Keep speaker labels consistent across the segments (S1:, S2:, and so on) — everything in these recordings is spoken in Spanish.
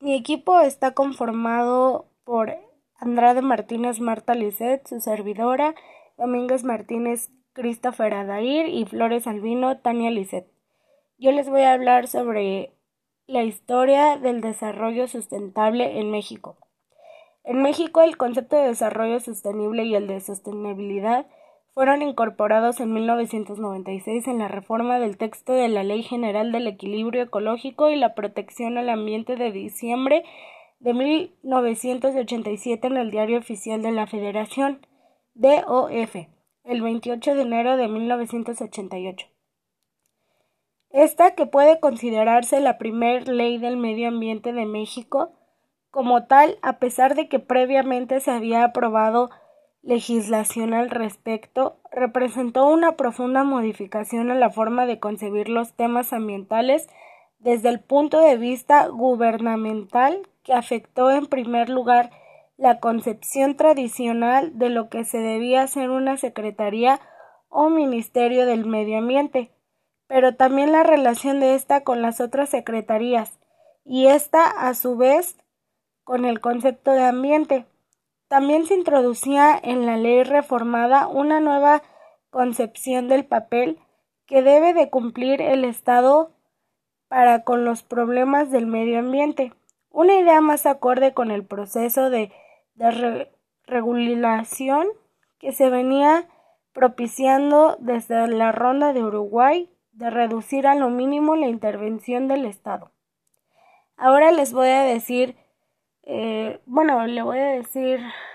S1: Mi equipo está conformado por Andrade Martínez Marta Lisset, su servidora, Domínguez Martínez Christopher Adair y Flores Albino Tania Lisset. Yo les voy a hablar sobre la historia del desarrollo sustentable en México. En México, el concepto de desarrollo sostenible y el de sostenibilidad fueron incorporados en 1996 en la reforma del texto de la Ley General del Equilibrio Ecológico y la Protección al Ambiente de diciembre de 1987 en el Diario Oficial de la Federación, DOF, el 28 de enero de 1988. Esta, que puede considerarse la primer ley del medio ambiente de México, como tal, a pesar de que previamente se había aprobado legislación al respecto, representó una profunda modificación en la forma de concebir los temas ambientales desde el punto de vista gubernamental, que afectó en primer lugar la concepción tradicional de lo que se debía ser una Secretaría o Ministerio del Medio Ambiente, pero también la relación de esta con las otras secretarías, y esta, a su vez, con el concepto de ambiente. También se introducía en la ley reformada una nueva concepción del papel que debe de cumplir el Estado para con los problemas del medio ambiente, una idea más acorde con el proceso de regulación que se venía propiciando desde la Ronda de Uruguay, de reducir a lo mínimo la intervención del Estado. Ahora les voy a decir le voy a decir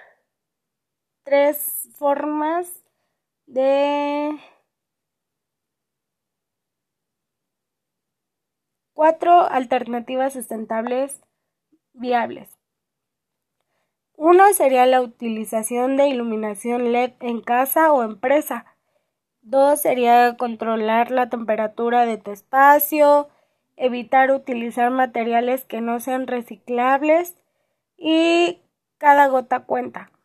S1: 3 formas de 4 alternativas sustentables viables. 1 sería la utilización de iluminación LED en casa o empresa. 2 sería controlar la temperatura de tu espacio, evitar utilizar materiales que no sean reciclables y cada gota cuenta.